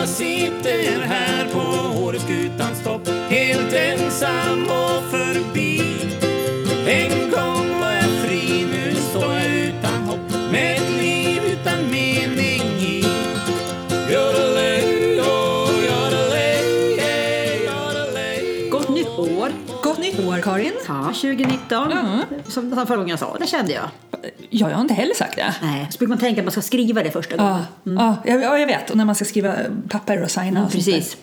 Jag sitter här på Åreskutans topp, helt ensam och förbi. En gång var jag fri, nu står jag utan hopp, med ett liv utan mening i. Gott nytt år. Gott nytt år, Karin. Ja, 2019. Som förra gången jag sa, det kände jag. Ja, jag har inte heller sagt det. Nej, så brukar man tänka att man ska skriva det första gången. Ja, jag vet. Och när man ska skriva papper och signa. Och precis.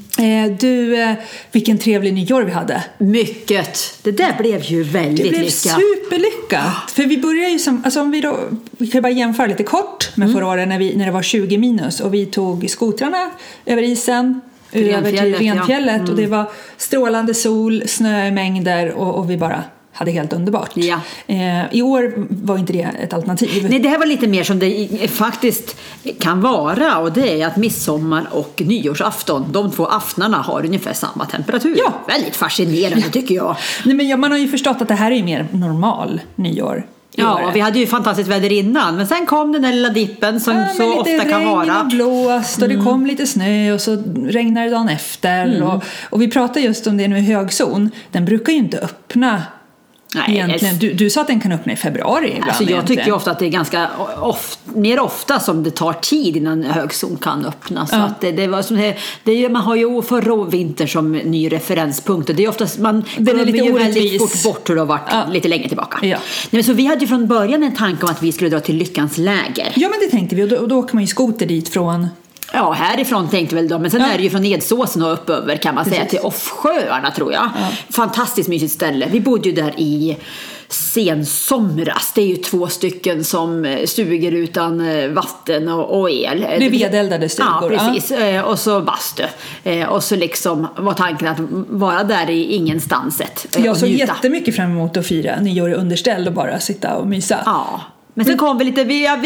Du, vilken trevlig nyår vi hade. Mycket. Det där blev ju väldigt lyckat. lyckat. Det blev superlyckat. För vi börjar ju som, alltså om vi kan bara jämföra lite kort med förra året när det var 20 minus. Och vi tog skotrarna över isen. Över till Renfjället. Och det var strålande sol, snömängder och vi bara hade helt underbart. Ja. I år var inte det ett alternativ. Nej, det här var lite mer som det faktiskt kan vara. Och det är att midsommar och nyårsafton, de två aftnarna har ungefär samma temperatur. Ja. Väldigt fascinerande tycker jag. Nej, men man har ju förstått att det här är mer normal nyår. Ja, vi hade ju fantastiskt väder innan. Men sen kom den där lilla dippen som så ofta kan vara. Lite regn och blåst och det kom lite snö och så regnade det dagen efter. Och vi pratar just om det nu i högzon. Den brukar ju inte öppna. Nej, egentligen. Du sa att den kan öppna i februari ibland. Alltså jag tycker ju ofta att det är ganska mer ofta som det tar tid innan högzon kan öppna. Så att det var som man har ju förra vinter som ny referenspunkt. Det är oftast man den är lite väldigt fort bort hur det har varit lite längre tillbaka. Ja. Nej, så vi hade ju från början en tanke om att vi skulle dra till Lyckans läger. Ja, men det tänkte vi och då åker man ju skoter dit från. Ja, härifrån tänkte väl de. Men sen är det ju från Edsåsen och upp över kan man säga till Offsjöarna tror jag. Ja. Fantastiskt mysigt ställe. Vi bodde ju där i sensomras. Det är ju 2 stycken som stugor utan vatten och el. Det är vedeldade stugor. Ja, precis. Och så bastu. Och så liksom var tanken att vara där i ingenstanset. Jag såg jättemycket fram emot att fira nyår i underställd och bara sitta och mysa. Ja. Men sen kom vi lite,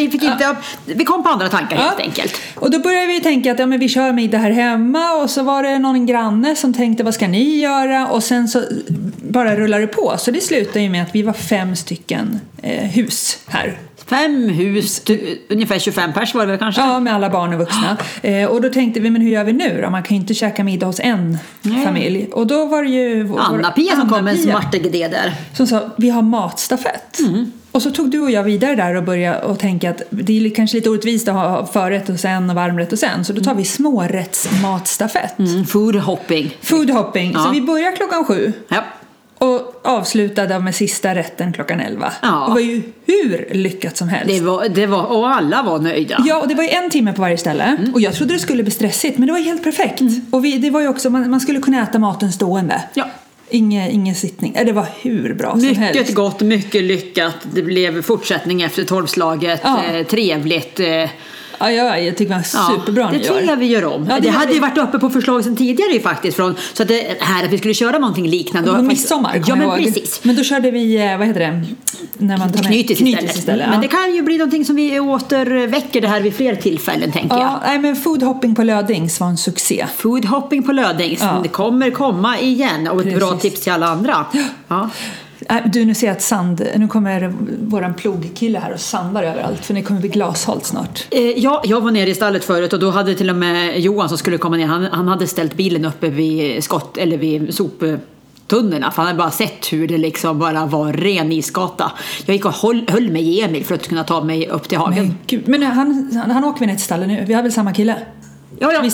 vi kom på andra tankar helt enkelt. Och då började vi tänka att men vi kör middag här hemma och så var det någon granne som tänkte vad ska ni göra och sen så bara rullade det på. Så det slutade ju med att vi var 5 stycken hus här. 5 hus, ungefär 25 pers var det väl kanske? Ja, med alla barn och vuxna. Och då tänkte vi, men hur gör vi nu då? Man kan ju inte käka middag hos en familj. Och då var det ju Anna-Pia som kom med en smarte idé där. Som sa, vi har matstafett. Och så tog du och jag vidare där och började och tänka att det är kanske lite orättvist att ha förrätt och sen och varmrätt och sen. Så då tar vi smårättsmatstafett. Food hopping. Ja. Så vi börjar 7:00. Ja. Och avslutade med sista rätten 11:00. Ja. Det var ju hur lyckat som helst. Det var, och alla var nöjda. Ja, och det var ju 1 timme på varje ställe. Och jag trodde det skulle bli stressigt, men det var helt perfekt. Och det var ju också, man skulle kunna äta maten stående. Ja. Ingen sittning. Det var hur bra som helst. Mycket gott, mycket lyckat. Det blev fortsättning efter 12-slaget. Trevligt. Ja, jag tycker det var superbra. Det tror jag vi gör om. Det hade ju varit uppe på förslag sedan tidigare faktiskt. Så att det här att vi skulle köra någonting liknande. Det var midsommar. Ja, men precis. Men då körde vi, vad heter det? När man tar knytis istället. Men det kan ju bli någonting som vi återväcker det här vid fler tillfällen, tänker jag. Nej, men foodhopping på Lödings var en succé. Foodhopping på Lödings. Det kommer komma igen. Och ett bra tips till alla andra. Ja. Du, nu ser jag att nu kommer våran plogkille här och sandar överallt för det kommer bli glashållt snart. Ja, jag var nere i stallet förut och då hade till och med Johan som skulle komma ner, han hade ställt bilen uppe vid vid soptunnorna, för han hade bara sett hur det liksom bara var ren isgata. Jag gick och höll mig i Emil för att kunna ta mig upp till hagen. Men gud, men han åker vi ner till stallet nu, vi har väl samma kille? Ja,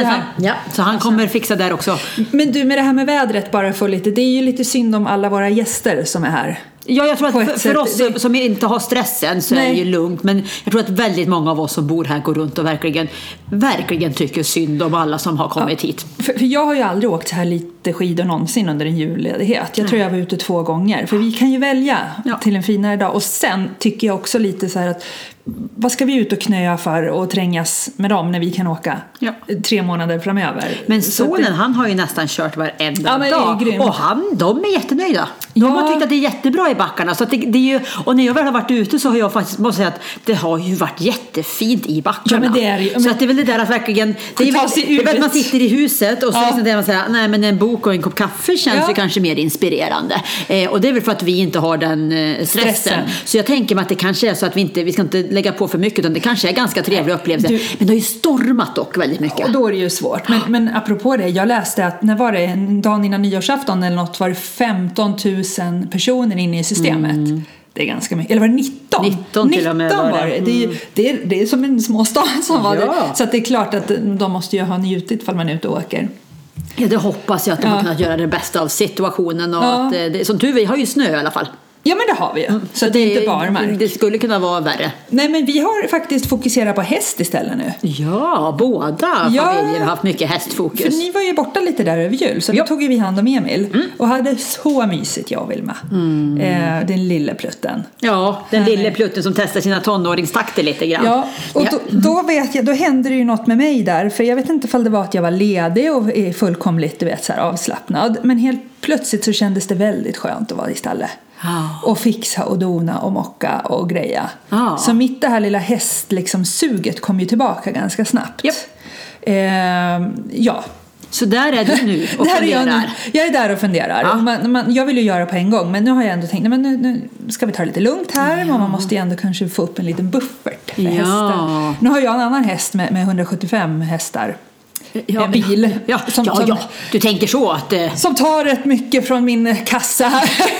så han kommer fixa där också. Men du, med det här med vädret bara för lite, det är ju lite synd om alla våra gäster som är här. Ja, jag tror att för oss som inte har stressen så är det ju lugnt. Men jag tror att väldigt många av oss som bor här går runt och verkligen tycker synd om alla som har kommit hit. För jag har ju aldrig åkt så här lite skidor någonsin under en julledighet. Jag tror jag var ute 2 gånger. För vi kan ju välja till en finare dag. Och sen tycker jag också lite så här att vad ska vi ut och knöa för och trängas med dem när vi kan åka 3 månader framöver? Men sonen, han har ju nästan kört varenda dag. Och de är jättenöjda. De har tyckt att det är jättebra i backarna. Så att det är ju, och när jag väl har varit ute så har jag faktiskt, måste säga att det har ju varit jättefint i backarna. Ja, men det är ju, så att det är väl det där att verkligen det är väl man sitter i huset och så liksom det man säger, nej men en bok och en kopp kaffe känns ju kanske mer inspirerande. Och det är väl för att vi inte har den stressen. Så jag tänker mig att det kanske är så att vi ska inte lägga på för mycket, utan det kanske är ganska trevlig upplevelse. Men det har ju stormat dock väldigt mycket. Och då är det ju svårt. Men apropå det, jag läste att när var det en dag innan nyårsafton eller något, var det 15 000 personer inne i systemet. Det är ganska mycket. Eller var det 19? 19 till och med var det. Det är som en småstad som var det. Så att det är klart att de måste ju ha njutit ifall man är ute och åker. Ja, det hoppas jag att de har kunnat göra det bästa av situationen. Och att som tur, vi har ju snö i alla fall. Ja, men det har vi ju. Så det är inte bara mark. Det skulle kunna vara värre. Nej, men vi har faktiskt fokuserat på häst istället nu. Ja, båda familjer har haft mycket hästfokus. För ni var ju borta lite där över jul. Så då tog vi hand om Emil. Och hade så mysigt, jag och Vilma. Den lille plutten. Ja, den lille plutten som testar sina tonåringstakter lite grann. Ja, och då vet jag, då hände det ju något med mig där. För jag vet inte ifall det var att jag var ledig och fullkomligt, du vet, så här avslappnad. Men helt plötsligt så kändes det väldigt skönt att vara i stallet. Och fixa och dona och mocka och greja. Så mitt det här lilla häst liksom, suget kom ju tillbaka ganska snabbt. Ja. Så där är du nu och funderar. Jag är där och funderar. Jag vill ju göra på en gång, men nu har jag ändå tänkt, men nu ska vi ta det lite lugnt här. Man måste ju ändå kanske få upp en liten buffert för hästen. Nu har jag en annan häst med 175 hästar. En bil. Du tänker så att som tar rätt mycket från min kassa.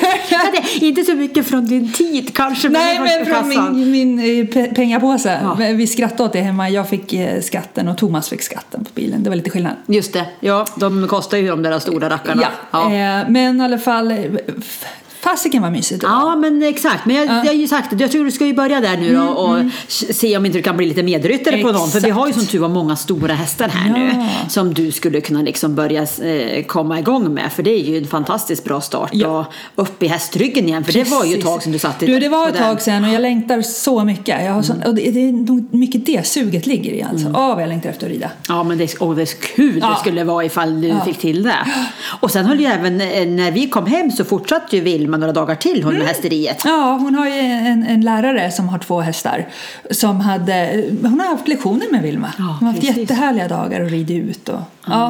Inte så mycket från din tid kanske. Nej, men från min pengapåse. Vi skrattade åt det hemma. Jag fick skatten och Thomas fick skatten på bilen. Det var lite skillnad. Just det, de kostar ju de där stora rackarna. Men i alla fall, fasiken var mysigt. Ja, men exakt. Men jag har ju sagt att jag tror du ska ju börja där nu då, och se om inte du kan bli lite medryttare på någon. För vi har ju som tur var många stora hästar här nu som du skulle kunna liksom börja komma igång med. För det är ju en fantastiskt bra start och upp i hästryggen igen. För det var ju ett tag som du satt i. Det var ett tag sedan och jag längtar så mycket. Jag har och det är nog mycket det suget ligger i alltså. Vad jag längtar efter att rida. Ja, men det är så kul det skulle vara ifall du fick till det. Och sen höll ju även, när vi kom hem så fortsatte ju Vilma några dagar till hon med hästeriet. Ja, hon har ju en lärare som har 2 hästar som hon har haft lektioner med Vilma. Hon har haft jättehärliga dagar och rid ut och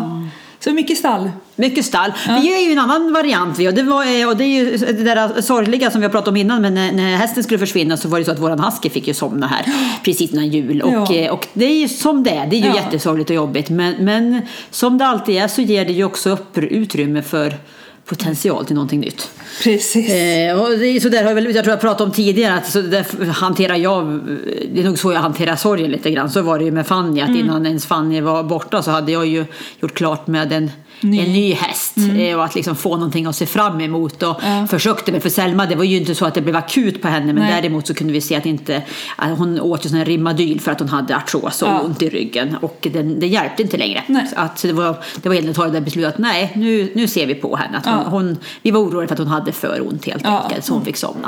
så mycket stall. Mycket stall. Vi är ju en annan variant och det är ju det där sorgliga som vi har pratat om innan, men när hästen skulle försvinna så var det så att våran husky fick ju somna här precis innan jul och det är ju som det är ju jättesorgligt och jobbigt, men som det alltid är så ger det ju också utrymme för potential till någonting nytt. Precis. Och det är så där jag tror jag pratade om tidigare att så där hanterar det är nog så jag hanterar sorgen lite grann. Så var det ju med Fanny att innan ens Fanny var borta så hade jag ju gjort klart med en ny häst och att liksom få någonting att se fram emot och försökte med för Selma, det var ju inte så att det blev akut på henne, men däremot så kunde vi se att hon åt ju sån här Rimadyl för att hon hade artros och ont i ryggen och det hjälpte inte längre. Så det var helt enkelt det beslutet att nu ser vi på henne att vi var oroliga för att hon hade för ont helt enkelt, så hon fick somna.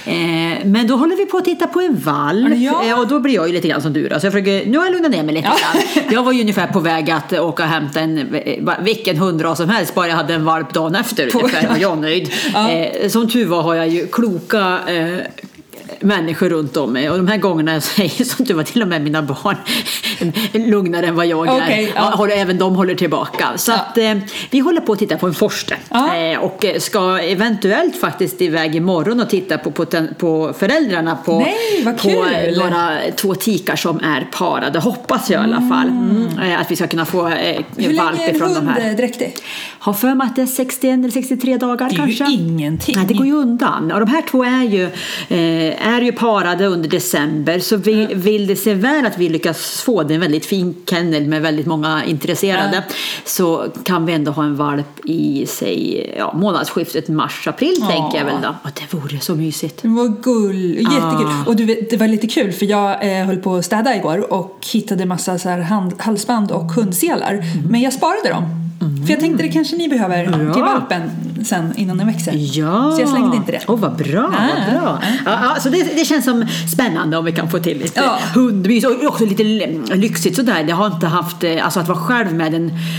Men då håller vi på att titta på en valp och då blir jag ju lite grann som du då. Så nu har jag lugnat ner mig lite grann. Jag var ju ungefär på väg att åka och hämta vilken hundras som helst, bara jag hade en valp dagen efter ungefär, var jag nöjd. Som tur var har jag ju kloka människor runt om mig och de här gångerna jag säger som tur var till och med mina barn lugnare än vad jag är. Även de håller tillbaka. Så att vi håller på att titta på en forste och ska eventuellt faktiskt iväg imorgon och titta på föräldrarna på några 2 tikar som är parade, hoppas jag i alla fall. Att vi ska kunna få valp ifrån de här. Hur länge är hund dräktig? Har för mig att det är 61 eller 63 dagar kanske. Det är ju ingenting. Nej, det går ju undan. Och de här 2 är ju parade under december, så vill det se väl att vi lyckas få en väldigt fin kennel med väldigt många intresserade, så kan vi ändå ha en valp i sig månadsskiftet mars-april tänker jag väl då. Och det vore så mysigt. Det var jättekul. Och du vet, det var lite kul för jag höll på att städa igår och hittade massa så här halsband och hundselar, men jag sparade dem. För jag tänkte det kanske ni behöver till valpen sen innan den växer. Så jag slängde inte det. Vad bra. Så det känns som spännande om vi kan få till lite hundmys och också lite lyxigt sådär. Jag har inte haft, alltså att vara själv med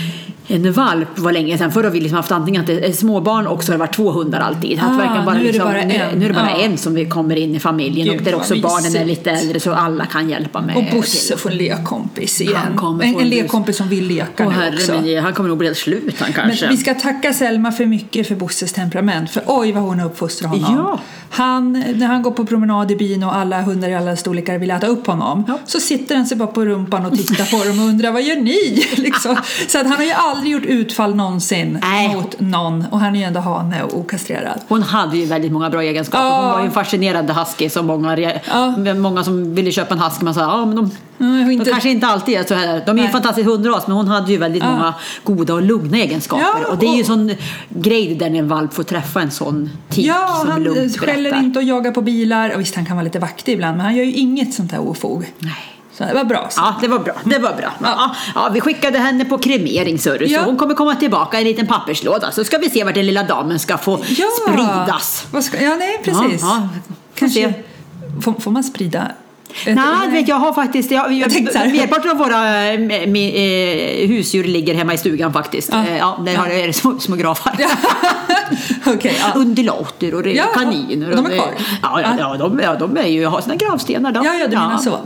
en valp var länge sedan. Förr har vi liksom haft antingen att det är småbarn och så har det varit 2 hundar alltid. Nu är det bara en som vi kommer in i familjen. Gud, och där också barnen är lite äldre så alla kan hjälpa med. Och Bosse får en lekkompis igen. En lekkompis som vill leka nu också. Han kommer nog bli helt slut han kanske. Men vi ska tacka Selma för mycket för Bosses temperament. För oj vad hon har uppfostrat honom. Ja. När han går på promenad i byn och alla hundar i alla storlekar vill äta upp honom. Så sitter han sig bara på rumpan och tittar på dem och undrar vad gör ni? Liksom. Så att han har ju aldrig gjort utfall någonsin mot någon. Och han är ju ändå hane och okastrerad. Hon hade ju väldigt många bra egenskaper. Hon var ju en fascinerande husky som många som ville köpa en husky. Man sa, men de kanske inte alltid är så här. De är ju fantastiskt hundras, men hon hade ju väldigt många goda och lugna egenskaper. Och det är ju sån grej där när en valp får träffa en sån tik som lugnt berättar. Han skäller inte och jagar på bilar. Och visst, han kan vara lite vaktig ibland, men han gör ju inget sånt här ofog. Nej. Så det var bra. Så. Ja, det var bra. Ja, vi skickade henne på kremering, så hon kommer komma tillbaka i en liten papperslåda. Så ska vi se vart den lilla damen ska få spridas. Nej, precis. Kanske får man sprida? Nej, jag har faktiskt merparten av våra husdjur ligger hemma i stugan faktiskt. Där har det små gravar. Undulater och kaniner. De är kvar? De är ju har sina gravstenar då. Ja, du menar så.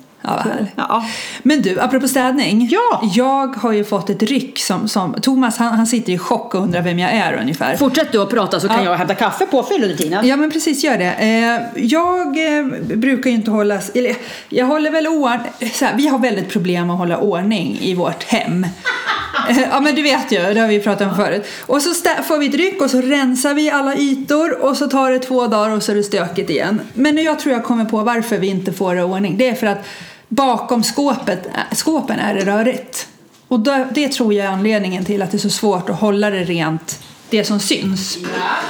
Men du, apropå städning. Jag har ju fått ett ryck som Thomas, han sitter i chock och undrar vem jag är ungefär. Fortsätt du att prata så kan jag hämta kaffe på under tiden. Ja, men precis, gör det. Jag brukar ju inte hålla, eller jag håller väl vi har väldigt problem att hålla ordning i vårt hem. Ja, men du vet ju, det har vi pratat om förut. Och så får vi ett ryck och så rensar vi alla ytor och så tar det 2 dagar och så är det stökigt igen. Men jag tror jag kommer på varför vi inte får det ordning. Det är för att bakom skåpen är det rörigt. Och det tror jag är anledningen till att det är så svårt att hålla det rent, det som syns.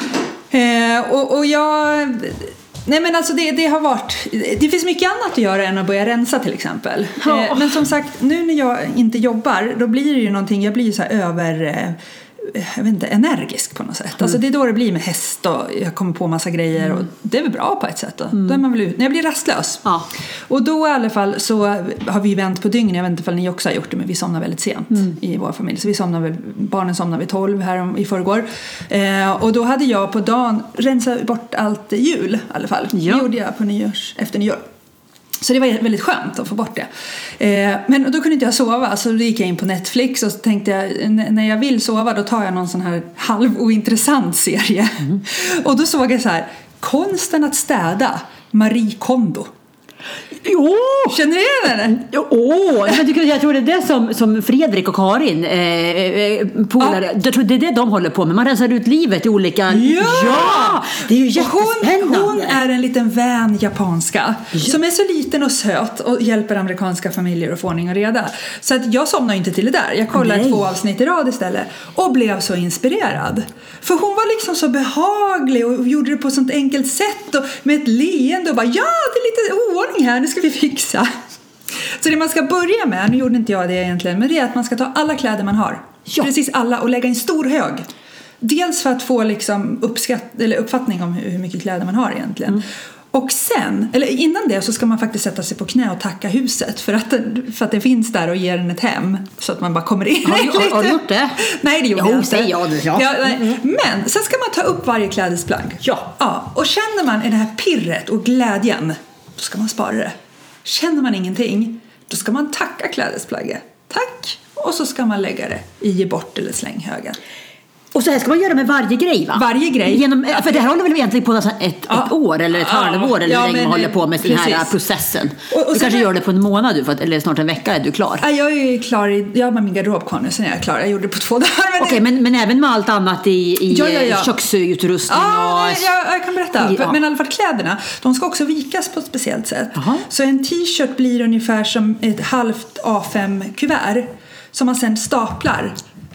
Och jag... Nej, men alltså det har varit... Det finns mycket annat att göra än att börja rensa till exempel. Men som sagt, nu när jag inte jobbar, då blir det ju någonting... Jag blir ju så här energisk på något sätt. Alltså det är då det blir med häst och jag kommer på massa grejer och det är väl bra på ett sätt då. Då är man väl ut. När jag blir rastlös. Och då i alla fall så har vi vänt på dygn. Jag vet inte om ni också har gjort det, men vi somnar väldigt sent i vår familj. Så barnen somnar vid 12 här i förrgår. Och då hade jag på dagen rensat bort allt jul i alla fall. Det gjorde jag på efter nyår. Så det var väldigt skönt att få bort det. Men då kunde inte jag sova, så då gick jag in på Netflix och så tänkte jag, när jag vill sova då tar jag någon sån här halvointressant serie. Och då såg jag så här, Konsten att städa, Marie Kondo. Känner du igen henne? Jag tror det är det som Fredrik och Karin polare, jag tror det är det de håller på med. Man rensar ut livet i olika... Det är ju jättespännande. Hon är en liten vän japanska som är så liten och söt och hjälper amerikanska familjer att få ordning och reda. Så att jag somnar inte till det där. Jag kollade 2 avsnitt i rad istället och blev så inspirerad. För hon var liksom så behaglig och gjorde det på ett sånt enkelt sätt och med ett leende och bara, det är lite oordning här, nu ska vi fixa. Så det man ska börja med, nu gjorde inte jag det egentligen, men det är att man ska ta alla kläder man har. Precis alla, och lägga i en stor hög. Dels för att få liksom uppfattning om hur mycket kläder man har egentligen. Och sen, eller innan det, så ska man faktiskt sätta sig på knä och tacka huset för att det finns där och ger den ett hem så att man bara kommer in. Har du gjort det? Nej, det gjorde jag inte. Säger jag nu. Men sen ska man ta upp varje klädesplagg. Och känner man i det här pirret och glädjen, då ska man spara det. Känner man ingenting, då ska man tacka klädesplagget. Tack! Och så ska man lägga det i ge bort eller slänghögen. Och så här ska man göra med varje grej, va? Varje grej. För det här håller väl egentligen på ett år eller ett halvår eller hur länge man håller på med den här processen. Och du kanske gör det på en månad eller snart en vecka är du klar. Jag är klar med min garderob kvar nu, sen är jag klar. Jag gjorde det på 2 dagar. Okej, men även med allt annat i köksutrustning jag kan berätta. Men i alla fall kläderna, de ska också vikas på ett speciellt sätt. Så en t-shirt blir ungefär som ett halvt A5-kuvert som man sen staplar.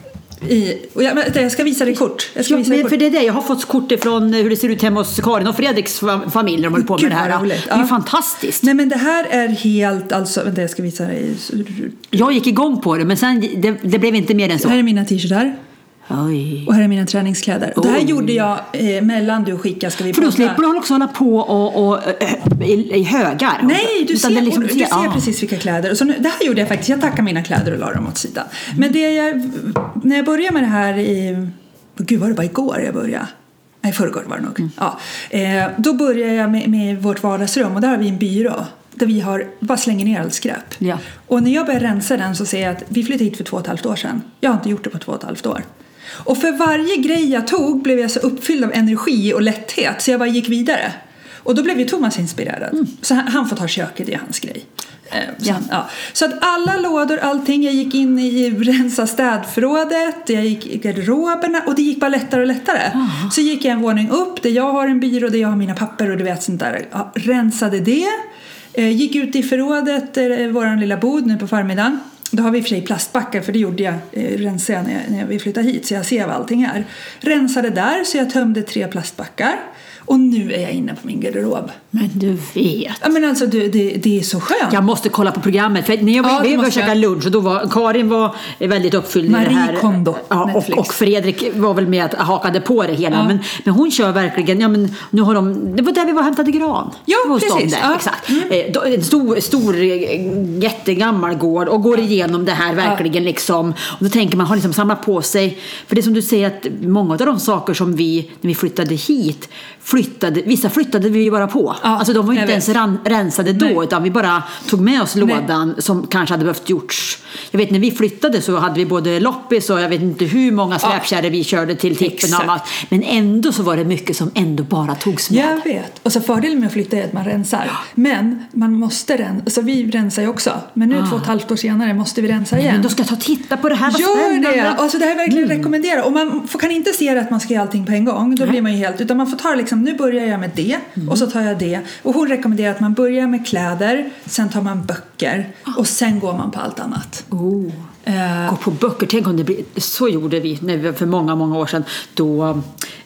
Jag ska visa dig kort. För det är det, jag har fått kort ifrån hur det ser ut hemma hos Karin och Fredriks familj. De håller på med det här. Det är fantastiskt. Nej, men det här är helt, alltså, jag ska visa dig. Jag gick igång på det, men sen det blev inte mer än så. Här är mina t-shirtar. Oj. Och här är mina träningskläder. Och det här gjorde jag mellan du och skicka. Ska vi för då slipper du också hålla på och i högar. Nej, du ser precis vilka kläder. Och så nu, det här gjorde jag faktiskt. Jag tackade mina kläder och la dem åt sidan. Men när jag började med det här gud, var det bara igår jag började? Nej, förrgår var det nog. Ja. Då började jag med vårt vardagsrum. Och där har vi en byrå. Där vi bara slänger ner allt skräp. Ja. Och när jag börjar rensa den så ser jag att vi flyttade hit för 2,5 år sedan. Jag har inte gjort det på 2,5 år. Och för varje grej jag tog blev jag så uppfylld av energi och lätthet. Så jag bara gick vidare. Och då blev ju Thomas inspirerad. Så han får ta köket, det är hans grej. Så att alla lådor, allting. Jag gick in i rensa städförrådet. Jag gick i garderoberna. Och det gick bara lättare och lättare. Så gick jag en våning upp där jag har en byrå. Där jag har mina papper och du vet sånt där. Rensade det. Gick ut i förrådet, våran lilla bod nu på förmiddagen. Då har vi i och för sig plastbackar, för det gjorde jag rensade när vi flyttade hit. Så jag ser vad allting är. Rensade där, så jag tömde 3 plastbackar. Och nu är jag inne på min garderob. Men du vet. Ja, men alltså det är så skönt. Jag måste kolla på programmet. För när jag var käka lunch, och då var Karin väldigt uppfylld Marie i det här. Kondo, och Fredrik var väl med att hakade på det hela. Ja. Men hon kör verkligen. Ja, men nu har det var där vi var hämtade gran. Ja, precis. Ja. Exakt. En stor jättegammal gård och går igenom det här verkligen liksom. Och då tänker man har liksom samlat på sig. För det som du säger, att många av de saker som vi när vi flyttade hit vissa flyttade vi bara på. Ja, alltså de var ju inte ens rensade då. Utan vi bara tog med oss lådan som kanske hade behövt gjorts. Jag vet när vi flyttade så hade vi både loppis och jag vet inte hur många släpkärror vi körde till tippen och annat. Men ändå så var det mycket som ändå bara togs med. Jag vet. Och så fördelen med att flytta är att man rensar. Men man måste rensa. Så vi rensar ju också. Men nu 2,5 år senare måste vi rensa igen. Men då ska jag titta på det här. Gör det! Alltså det här är verkligen rekommendera. Och man kan inte se att man ska göra allting på en gång. Då blir man ju helt. Utan man får ta liksom, nu börjar jag med det. Och så tar jag det. Och hon rekommenderar att man börjar med kläder. Sen tar man böcker. Och sen går man på allt annat. Gå på böcker. Tänk om det blir. Så gjorde vi för många år sedan. Då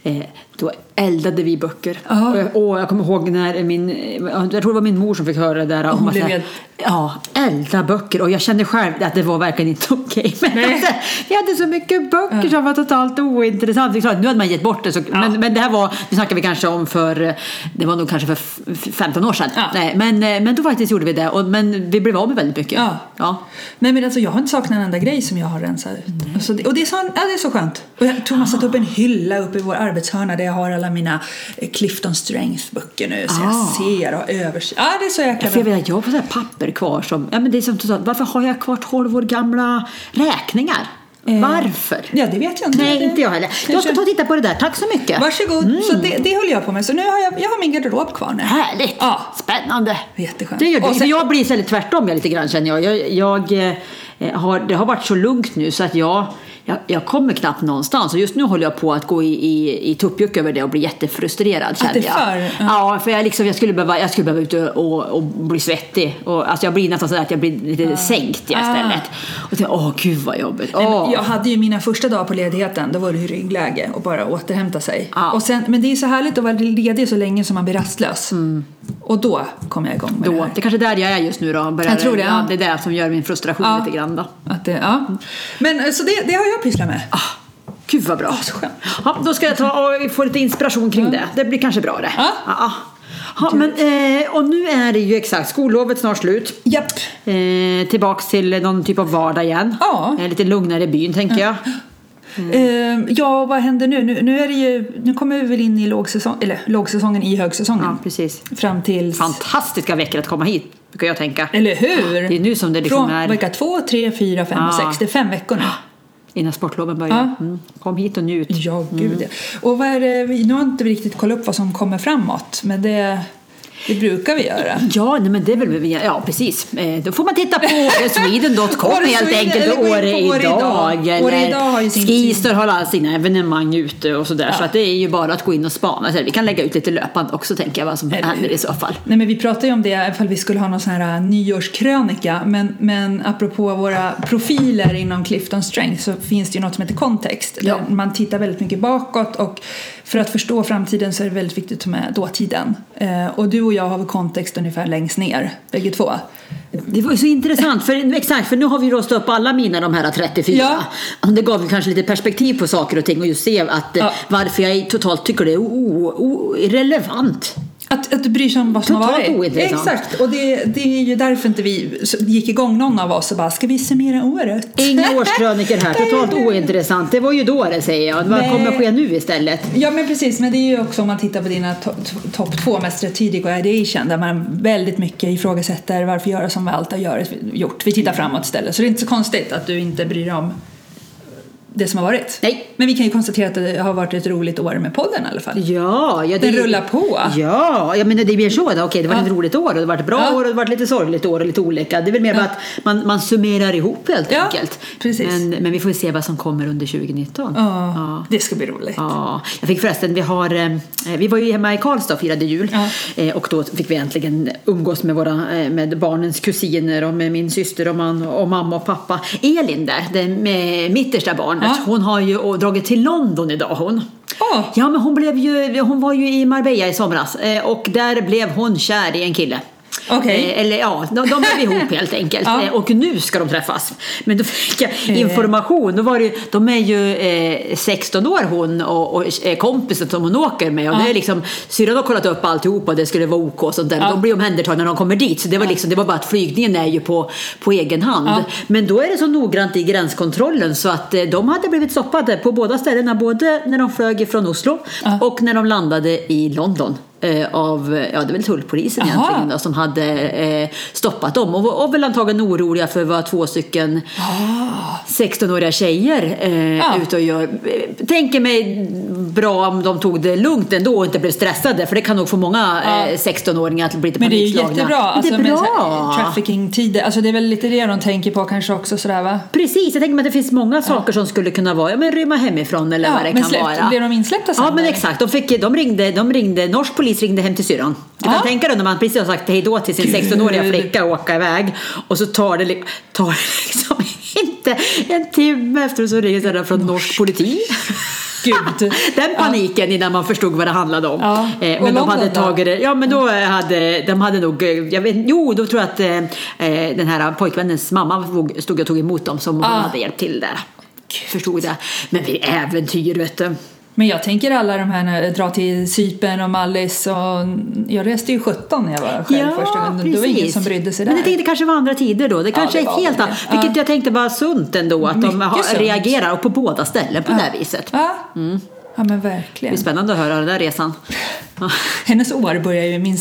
eldade vi böcker. Och jag kommer ihåg när jag tror det var min mor som fick höra det där. Hon blev elda böcker. Och jag kände själv att det var verkligen inte okej. Men vi hade så mycket böcker som var totalt ointressant. Nu hade man gett bort det. Men det här det snackade vi kanske om det var nog kanske för 15 år sedan. Nej, men då faktiskt gjorde vi det. Men vi blev av med väldigt mycket. Nej, men alltså jag har inte saknat en enda grej som jag har rensat ut. Alltså, och det är så skönt. Och jag tror man satt upp en hylla uppe i vår arbetshörna där jag har alla mina Clifton Strength-böcker nu. Så jag ser och överser. Ja, det är så jäkla bra. Jag har på så här papper kvar som. Ja, men det är som du sa, varför har jag kvar 12 år gamla räkningar? Varför? Ja, det vet jag inte. Nej, inte jag heller. Jag ska ta och titta på det där. Tack så mycket. Varsågod. Så det håller jag på med. Så nu har jag har min garderob kvar nu. Härligt. Ja. Spännande. Jätteskönt. Det gör det. Sen, jag blir istället tvärtom lite grann, känner jag. Det har varit så lugnt nu så att jag kommer knappt någonstans. Och just nu håller jag på att gå i tuppjuck över det och bli jättefrustrerad, känner jag. Ja, för jag skulle behöva ut och bli svettig. Och, alltså jag blir nästan så att jag blir lite sänkt istället. Och tänkte, gud vad jobbigt. Jag hade ju mina första dagar på ledigheten. Då var det ju ryggläge och bara återhämta sig. Och sen, men det är så härligt att vara ledig så länge som man blir rastlös. Och då kommer jag igång med det här. Det är kanske där jag är just nu då. Jag tror det. Det är det som gör min frustration lite grann då. Men så det har jag pysslat med. Gud vad bra. Så skönt. Då ska jag ta och få lite inspiration kring det. Det blir kanske bra det. Men, och nu är det ju exakt skollovet snart slut. Japp. Tillbaks till någon typ av vardag igen. Lite lugnare i byn, tänker jag. Vad händer nu? Nu är det ju, nu kommer vi väl in i lågsäsongen i högsäsongen. Ja, precis. Fram till fantastiska veckor att komma hit, brukar jag tänka. Eller hur? Det är nu som det liksom från vecka 2, 3, 4, 5 och 6. Det är 5 veckor nu. Innan sportloven börjar. Kom hit och njut. Ja, gud. Och vad är det, nu har inte vi riktigt kollat upp vad som kommer framåt. Men det brukar vi göra. Ja, nej, men det är väl ja, precis. Då får man titta på sweden.com helt enkelt. Och Åre idag. Eller Skistar har alla sina evenemang ute och sådär. Så att det är ju bara att gå in och spana. Så vi kan lägga ut lite löpande också, tänker jag, vad som händer i så fall. Nej, men vi pratar ju om det ifall vi skulle ha någon sån här nyårskrönika. Men apropå våra profiler inom Clifton Strength så finns det ju något som heter kontext. Där man tittar väldigt mycket bakåt och för att förstå framtiden så är det väldigt viktigt att ta med dåtiden. Och du och jag har kontext ungefär längst ner, bägge två. Det var ju så intressant, för nu har vi rostat upp alla mina de här 34. Ja. Det gav ju kanske lite perspektiv på saker och ting och just se att varför jag totalt tycker det är irrelevant. Att du bryr sig om vad som har varit. Ointressant. Exakt, och det är ju därför inte vi gick igång någon av oss och bara, ska vi summera året? Inga årskröniker här, totalt ointressant. Det var ju då det, säger jag. Vad kommer ske nu istället? Ja, men precis, men det är ju också om man tittar på dina topp 2 mest strategic ideation, där man väldigt mycket ifrågasätter varför göra som vi alltid har gjort. Vi tittar framåt istället, så det är inte så konstigt att du inte bryr dig om det som har varit. Nej. Men vi kan ju konstatera att det har varit ett roligt år med podden i alla fall. Ja, den rullar på. Ja, jag menar det blir så. Okej, det var ett roligt år och det var ett bra år och det var ett lite sorgligt år och lite olika. Det är väl mer bara att man summerar ihop helt enkelt. Precis. Men vi får se vad som kommer under 2019. Ja, det ska bli roligt. Ja, jag fick förresten, vi var ju hemma i Karlstad och firade jul och då fick vi äntligen umgås med barnens kusiner och med min syster och mamma och pappa. Elin där, det mittersta barnet. Hon har ju dragit till London idag, hon. Ja, men hon var ju i Marbella i somras och där blev hon kär i en kille. Okay. Eller ja, de blev ihop helt enkelt. Och nu ska de träffas. Men då fick jag information. Då var det, de är ju 16 år hon och kompisen som hon åker med. Och det är liksom, syrran har kollat upp alltihop och det skulle vara OK och sånt där. De blir omhändertagna när de kommer dit. Så det var liksom, det var bara att flygningen är ju på egen hand. Men då är det så noggrant i gränskontrollen så att de hade blivit stoppade på båda ställena. Både när de flög från Oslo och när de landade i London. Av det är väl tullpolisen egentligen då, som hade stoppat dem och väl antagligen oroliga för vad 2 stycken 16-åriga tjejer ute och gör. Tänker mig bra om de tog det lugnt ändå och inte blev stressade, för det kan nog få många 16-åringar att bli lite panikslagna. Men det är ju jättebra, alltså, det är bra. Med trafficking-tider, alltså det är väl lite det de tänker på kanske också sådär, va? Precis, jag tänker mig att det finns många saker som skulle kunna vara, men rymma hemifrån eller vad det kan vara. Blev de insläppta sen? Ja, men exakt, de ringde norsk polis ringde hem till syrran. Du kan tänka dig när man precis har sagt hej då till sin 16-åriga flicka och åka iväg och så tar det liksom inte en timme efter så ringer det från norsk politi. Gud. Den paniken innan man förstod vad det handlade om. Men de hade tagit det. Ja, men då hade nog då tror jag att den här pojkvännens mamma stod och tog emot dem som hon hade hjälpt till där. Förstod det. Men vi äventyr, vet du. Men jag tänker alla de här dra till Cypern och Mallis, och jag reste ju 17 när jag var själv första gången. Det var ingen som brydde sig där. Men jag tänkte det kanske var andra tider då. Det kanske är helt annat. Vilket jag tänkte var sunt ändå, att de reagerar på båda ställen på det här viset. Ja, men verkligen. Det är spännande att höra den där resan. Hennes år börjar ju minst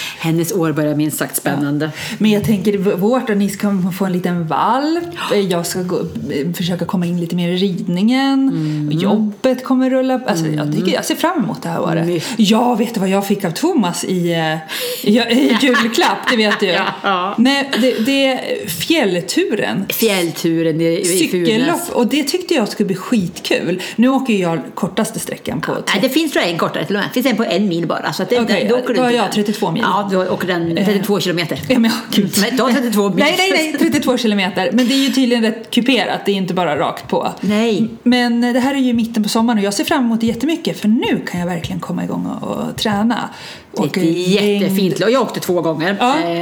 sagt spännande. Men jag tänker vårt att ni ska få en liten valp. Jag ska försöka komma in lite mer i ridningen. Jobbet kommer rulla. Alltså, jag ser fram emot det här året. Jag vet vad jag fick av Thomas i julklapp, det vet du. Nej, det är fjällturen i cykellopp, och det tyckte jag skulle bli skitkul. Nu åker jag kortaste sträckan på det finns en kortare till och med. Det finns en på 1 mil bara, så att då har jag 32 mil. Ja, då åker den 32 kilometer. Ja, men gud. Då 32 mil. Nej, 32 kilometer. Men det är ju tydligen rätt kuperat, det är inte bara rakt på. Nej. Men det här är ju mitten på sommaren och jag ser fram emot det jättemycket, för nu kan jag verkligen komma igång och träna. Det är jättefint. Jag åkte 2 gånger.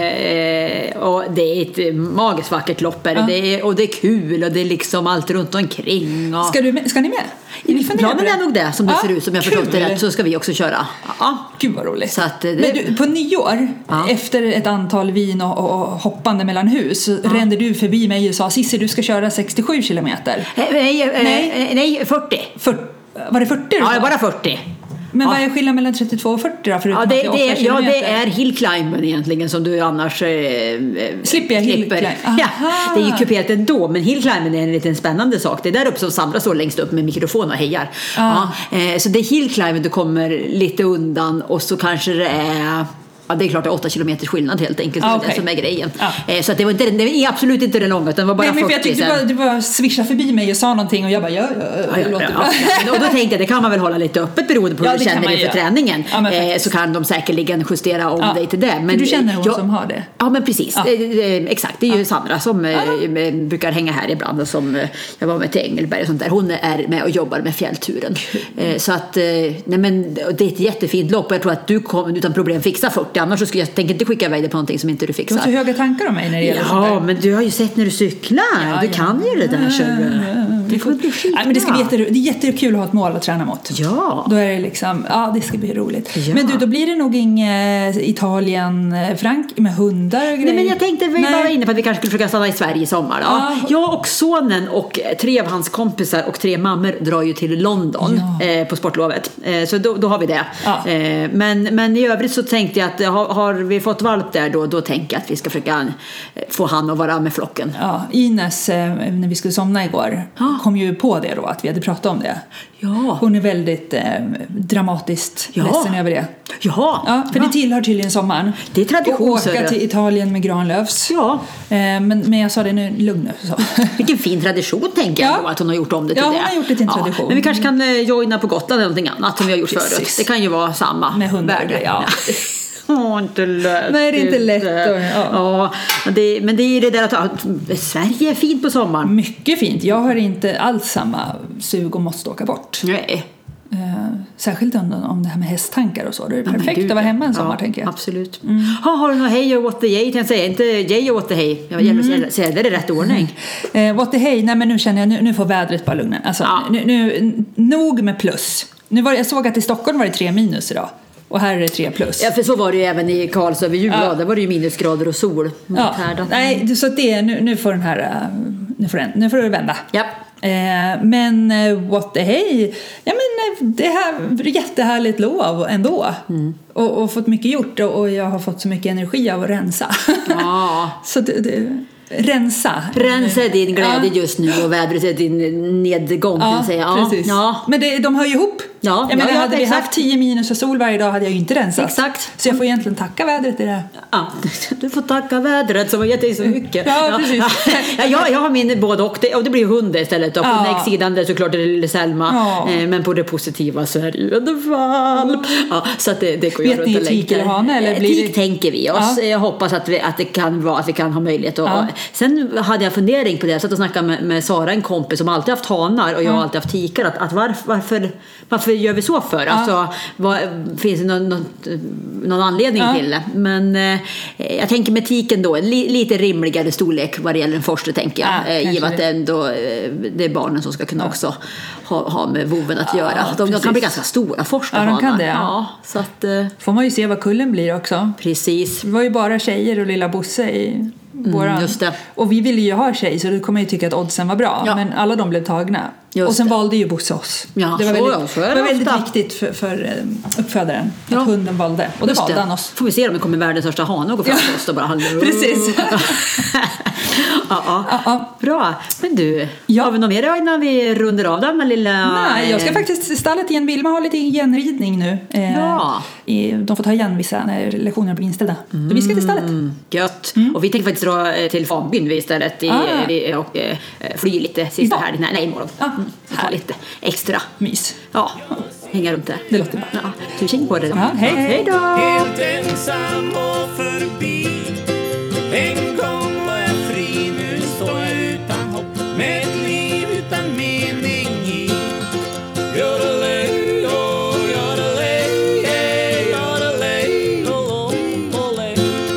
Och det är ett magiskt vackert lopp. Och det är kul och det är liksom allt runt omkring. Och... Ska ni med? Planen är nog det, som det ser ut, som jag förstått det rätt, så ska vi också köra. Gud vad roligt. Så att, Men du, på nyår, efter ett antal vin och hoppande mellan hus, rände du förbi mig och sa: Cissi, du ska köra 67 kilometer. Nej, 40. Var det 40? Ja, bara 40. Men vad är skillnaden mellan 32 och 40 då? Det är hillclimben egentligen som du annars slipper. Det är ju kuperat ändå, men hillclimben är en liten spännande sak. Det är där uppe som samlas så längst upp med mikrofon och hejar. Så det är hillclimben du kommer lite undan, och så kanske det är Ja, det är klart det är 8 kilometers skillnad helt enkelt. Det är det som är grejen. Så att det är absolut inte den långa, utan det var bara 40 jag tyckte du bara swishade förbi mig och sa någonting och jag bara, det låter bra. Och då tänkte jag, det kan man väl hålla lite öppet beroende på hur du känner inför träningen. Så kan de säkerligen justera om dig till det. Men du känner hon som har det? Ja, men precis. Exakt, det är ju Sandra som brukar hänga här ibland och som jag var med till Engelberg och sånt där. Hon är med och jobbar med fjällturen. Så att, nej men det är ett jättefint lopp och jag tror att du kommer utan problem fixa 40, annars så skulle jag tänka inte skicka iväg det på någonting som inte du fixar. Du har så höga tankar om mig när det gäller sånt där. Men du har ju sett när du cyklar. Du kan ju det där. Det får bli skit. Men det ska bli det är jättekul att ha ett mål att träna mot. Ja. Då är det liksom, det ska bli roligt. Ja. Men du, då blir det nog inget Italien, Frank med hundar och grejer. Nej, men jag tänkte vi var inne på att vi kanske skulle försöka stanna i Sverige i sommar. Ja. Jag och sonen och 3 av hans kompisar och 3 mammor drar ju till London på sportlovet. Så då har vi det. Ja. Men i övrigt så tänkte jag att har vi fått valp där då tänker jag att vi ska försöka få han att vara med flocken. Ja, Ines, när vi skulle somna igår, kom ju på det då att vi hade pratat om det. Ja. Hon är väldigt dramatiskt ledsen över det. Ja, för det tillhör tydligen sommaren. Det är tradition. Och åka till Italien med Granlöfs. Ja. Men jag sa det nu, lugn nu. Vilken fin tradition tänker jag att hon har gjort om det till det. Ja, hon har gjort det till en tradition. Men vi kanske kan joina på Gotland eller någonting annat som vi har gjort förut. Det kan ju vara samma. Med hundar, inte lätt. Nej, det är inte lätt. Men det är det där att Sverige är fint på sommaren. Mycket fint. Jag har inte alls samma sug och måste åka bort. Nej. Särskilt om det här med hästtankar och så. Det är perfekt att vara hemma en sommar, tänker jag. Absolut. Har du något hej och what the yay? Jag säger inte yay och what the hej. Jag vill säga det i rätt ordning. What the hey? Nej, men nu känner jag nu får vädret bara lugna. Alltså, nu nog med plus. Jag såg att i Stockholm var det 3 minus idag. Och här är det 3 plus. Ja, för så var det ju även i Karlsöver Jula. Där var det ju minusgrader och sol. Nej, så det nu får den här nu får det vända. Ja. Men what the hey? Ja, men det här jättehärligt lov ändå. Och fått mycket gjort och jag har fått så mycket energi av att rensa. Ja. Så rensa din glädje just nu och vädret är din nedgång, kan säga. Precis. Men de hör ju ihop. Hade vi haft 10 minus och sol varje dag hade jag ju inte rensat. Exakt. Så jag får egentligen tacka vädret i det. Ja, du får tacka vädret som har gett dig så mycket. Precis. Jag har min både och det blir hund istället. Och på nej-sidan där såklart är det lille Selma. Men på det positiva så är det ju en valp. Så att det går ju runt och längtar. Vet ni tik eller hane? Eller blir tik tänker vi oss. Jag hoppas att det kan vara att vi kan ha möjlighet att sen hade jag fundering på det. Jag satt och snackade med Sara, en kompis som alltid haft hanar och jag har alltid haft tikar. Att varför gör vi så för? Alltså, finns det någon anledning till det? Men jag tänker med tiken då, lite rimligare storlek vad det gäller en forster, tänker jag. I och att det är barnen som ska kunna också ha med voven att göra. De kan bli ganska stora forskarhanar. Ja, de kan det. Så att, får man ju se vad kullen blir också. Precis. Det var ju bara tjejer och lilla Bosse i just det. Och vi ville ju ha tjej, så då kommer jag tycka att oddsen var bra. Men alla de blev tagna. Och sen valde ju Bosse oss. Det var väldigt viktigt för uppfödaren att hunden valde. Och det valde han oss. Får vi se om det kommer världens största hane och gå fram till oss och bara Precis. Bra. Men du, har vi något mer innan vi runder av den lilla... Nej, jag ska faktiskt i stallet igen. Vilma har lite genridning nu. De får ta igen vissa när lektionerna blir inställda. Så vi ska till stallet. Gött. Och vi tänker faktiskt dra till Fanbyn istället och fly lite sista här. Nej, imorgon. Ha lite extra mys. Hänga runt där. Det låter bra. Du känner på det då. Hej då. Helt ensam och förbi. En gång var jag fri, nu står jag utan hopp. Med ett liv utan mening i. Yodelay, oh, yodelay, hey, yodelay, oh, olay.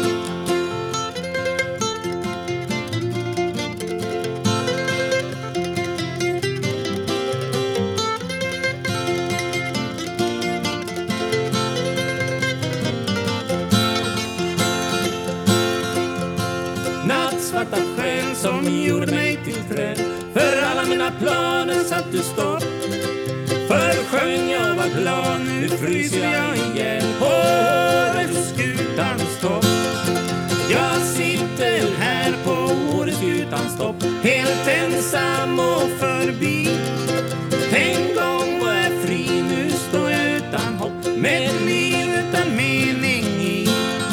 Nattsvarta sken som gjorde mig till träd. För alla mina planer satt du stopp. För sjöng jag var glad, nu fryser jag igen på Åreskutans topp. Jag sitter här på Åreskutans topp, helt ensam och förbi. En gång var jag fri, nu står jag utan hopp. Med ett liv utan mening i.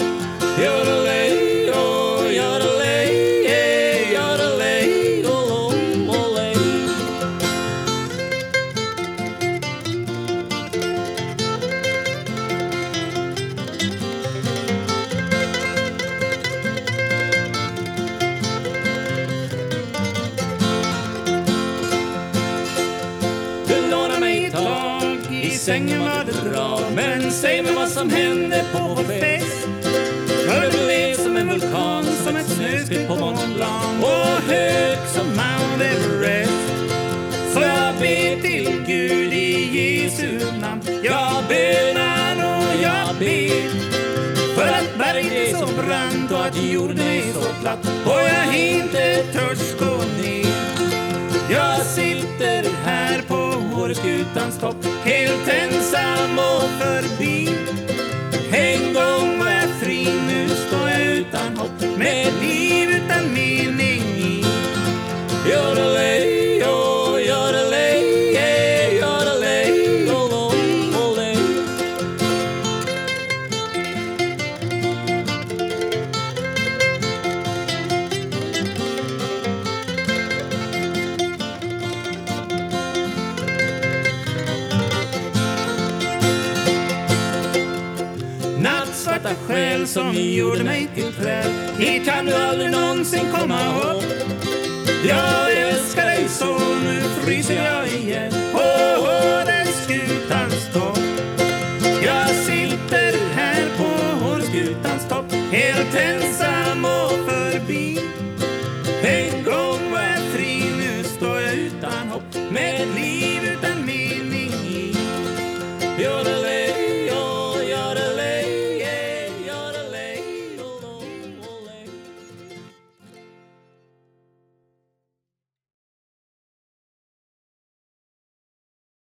sängen var det bra. Men säg mig vad som hände på vår fest. För du är som en vulkan, som ett snöskred på Mont Blanc och hög som Mount Everest. Så jag ber till Gud i Jesu namn. Jag bönar och jag ber för att berget är så brant och att jorden är så platt och jag inte törs gå ner. Jag sitter här på Åreskutans topp, helt ensam och förbi. En gång var jag fri, nu står jag utan hopp, med ett liv utan mening i. Yodelay, oh, yodelay, yeah, yodelay, oh, oh, oh, oh. Nattsvarta själ som gjorde mig till träd, hit kan du aldrig någonsin komma upp. Jag älskar dig så, nu fryser jag igen på Åreskutans topp. Jag sitter här på Åreskutans topp, helt ensam och förbi. En gång var jag fri, nu står jag utan hopp, med liv